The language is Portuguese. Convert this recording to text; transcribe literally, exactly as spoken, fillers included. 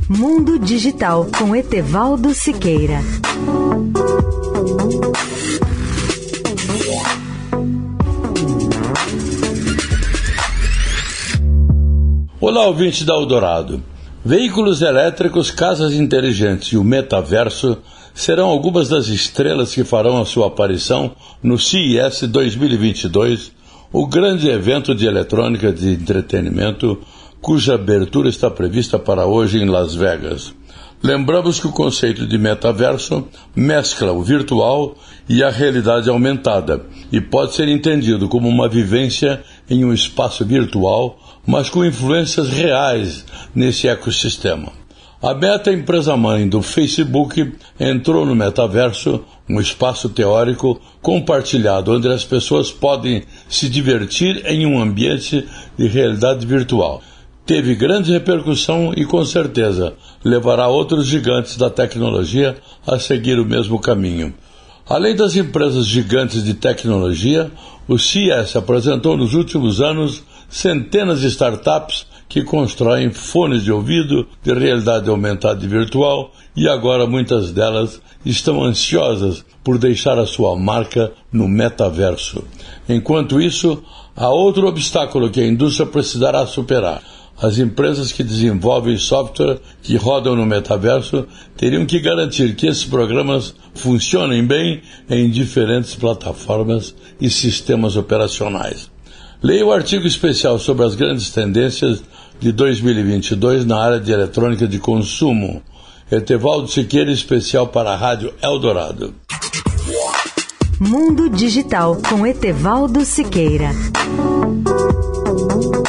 Mundo Digital com Etevaldo Siqueira. Olá, ouvinte da Eldorado. Veículos elétricos, casas inteligentes e o metaverso serão algumas das estrelas que farão a sua aparição no C E S dois mil e vinte e dois, o grande evento de eletrônica de entretenimento, cuja abertura está prevista para hoje em Las Vegas. Lembramos que o conceito de metaverso mescla o virtual e a realidade aumentada e pode ser entendido como uma vivência em um espaço virtual, mas com influências reais nesse ecossistema. A Meta, empresa-mãe do Facebook, entrou no metaverso, um espaço teórico compartilhado onde as pessoas podem se divertir em um ambiente de realidade virtual. Teve grande repercussão e, com certeza, levará outros gigantes da tecnologia a seguir o mesmo caminho. Além das empresas gigantes de tecnologia, o C E S apresentou nos últimos anos centenas de startups que constroem fones de ouvido de realidade aumentada e virtual, e agora muitas delas estão ansiosas por deixar a sua marca no metaverso. Enquanto isso, há outro obstáculo que a indústria precisará superar. As empresas que desenvolvem software que rodam no metaverso teriam que garantir que esses programas funcionem bem em diferentes plataformas e sistemas operacionais. Leia o artigo especial sobre as grandes tendências de dois mil e vinte e dois na área de eletrônica de consumo. Etevaldo Siqueira, especial para a Rádio Eldorado. Mundo Digital com Etevaldo Siqueira.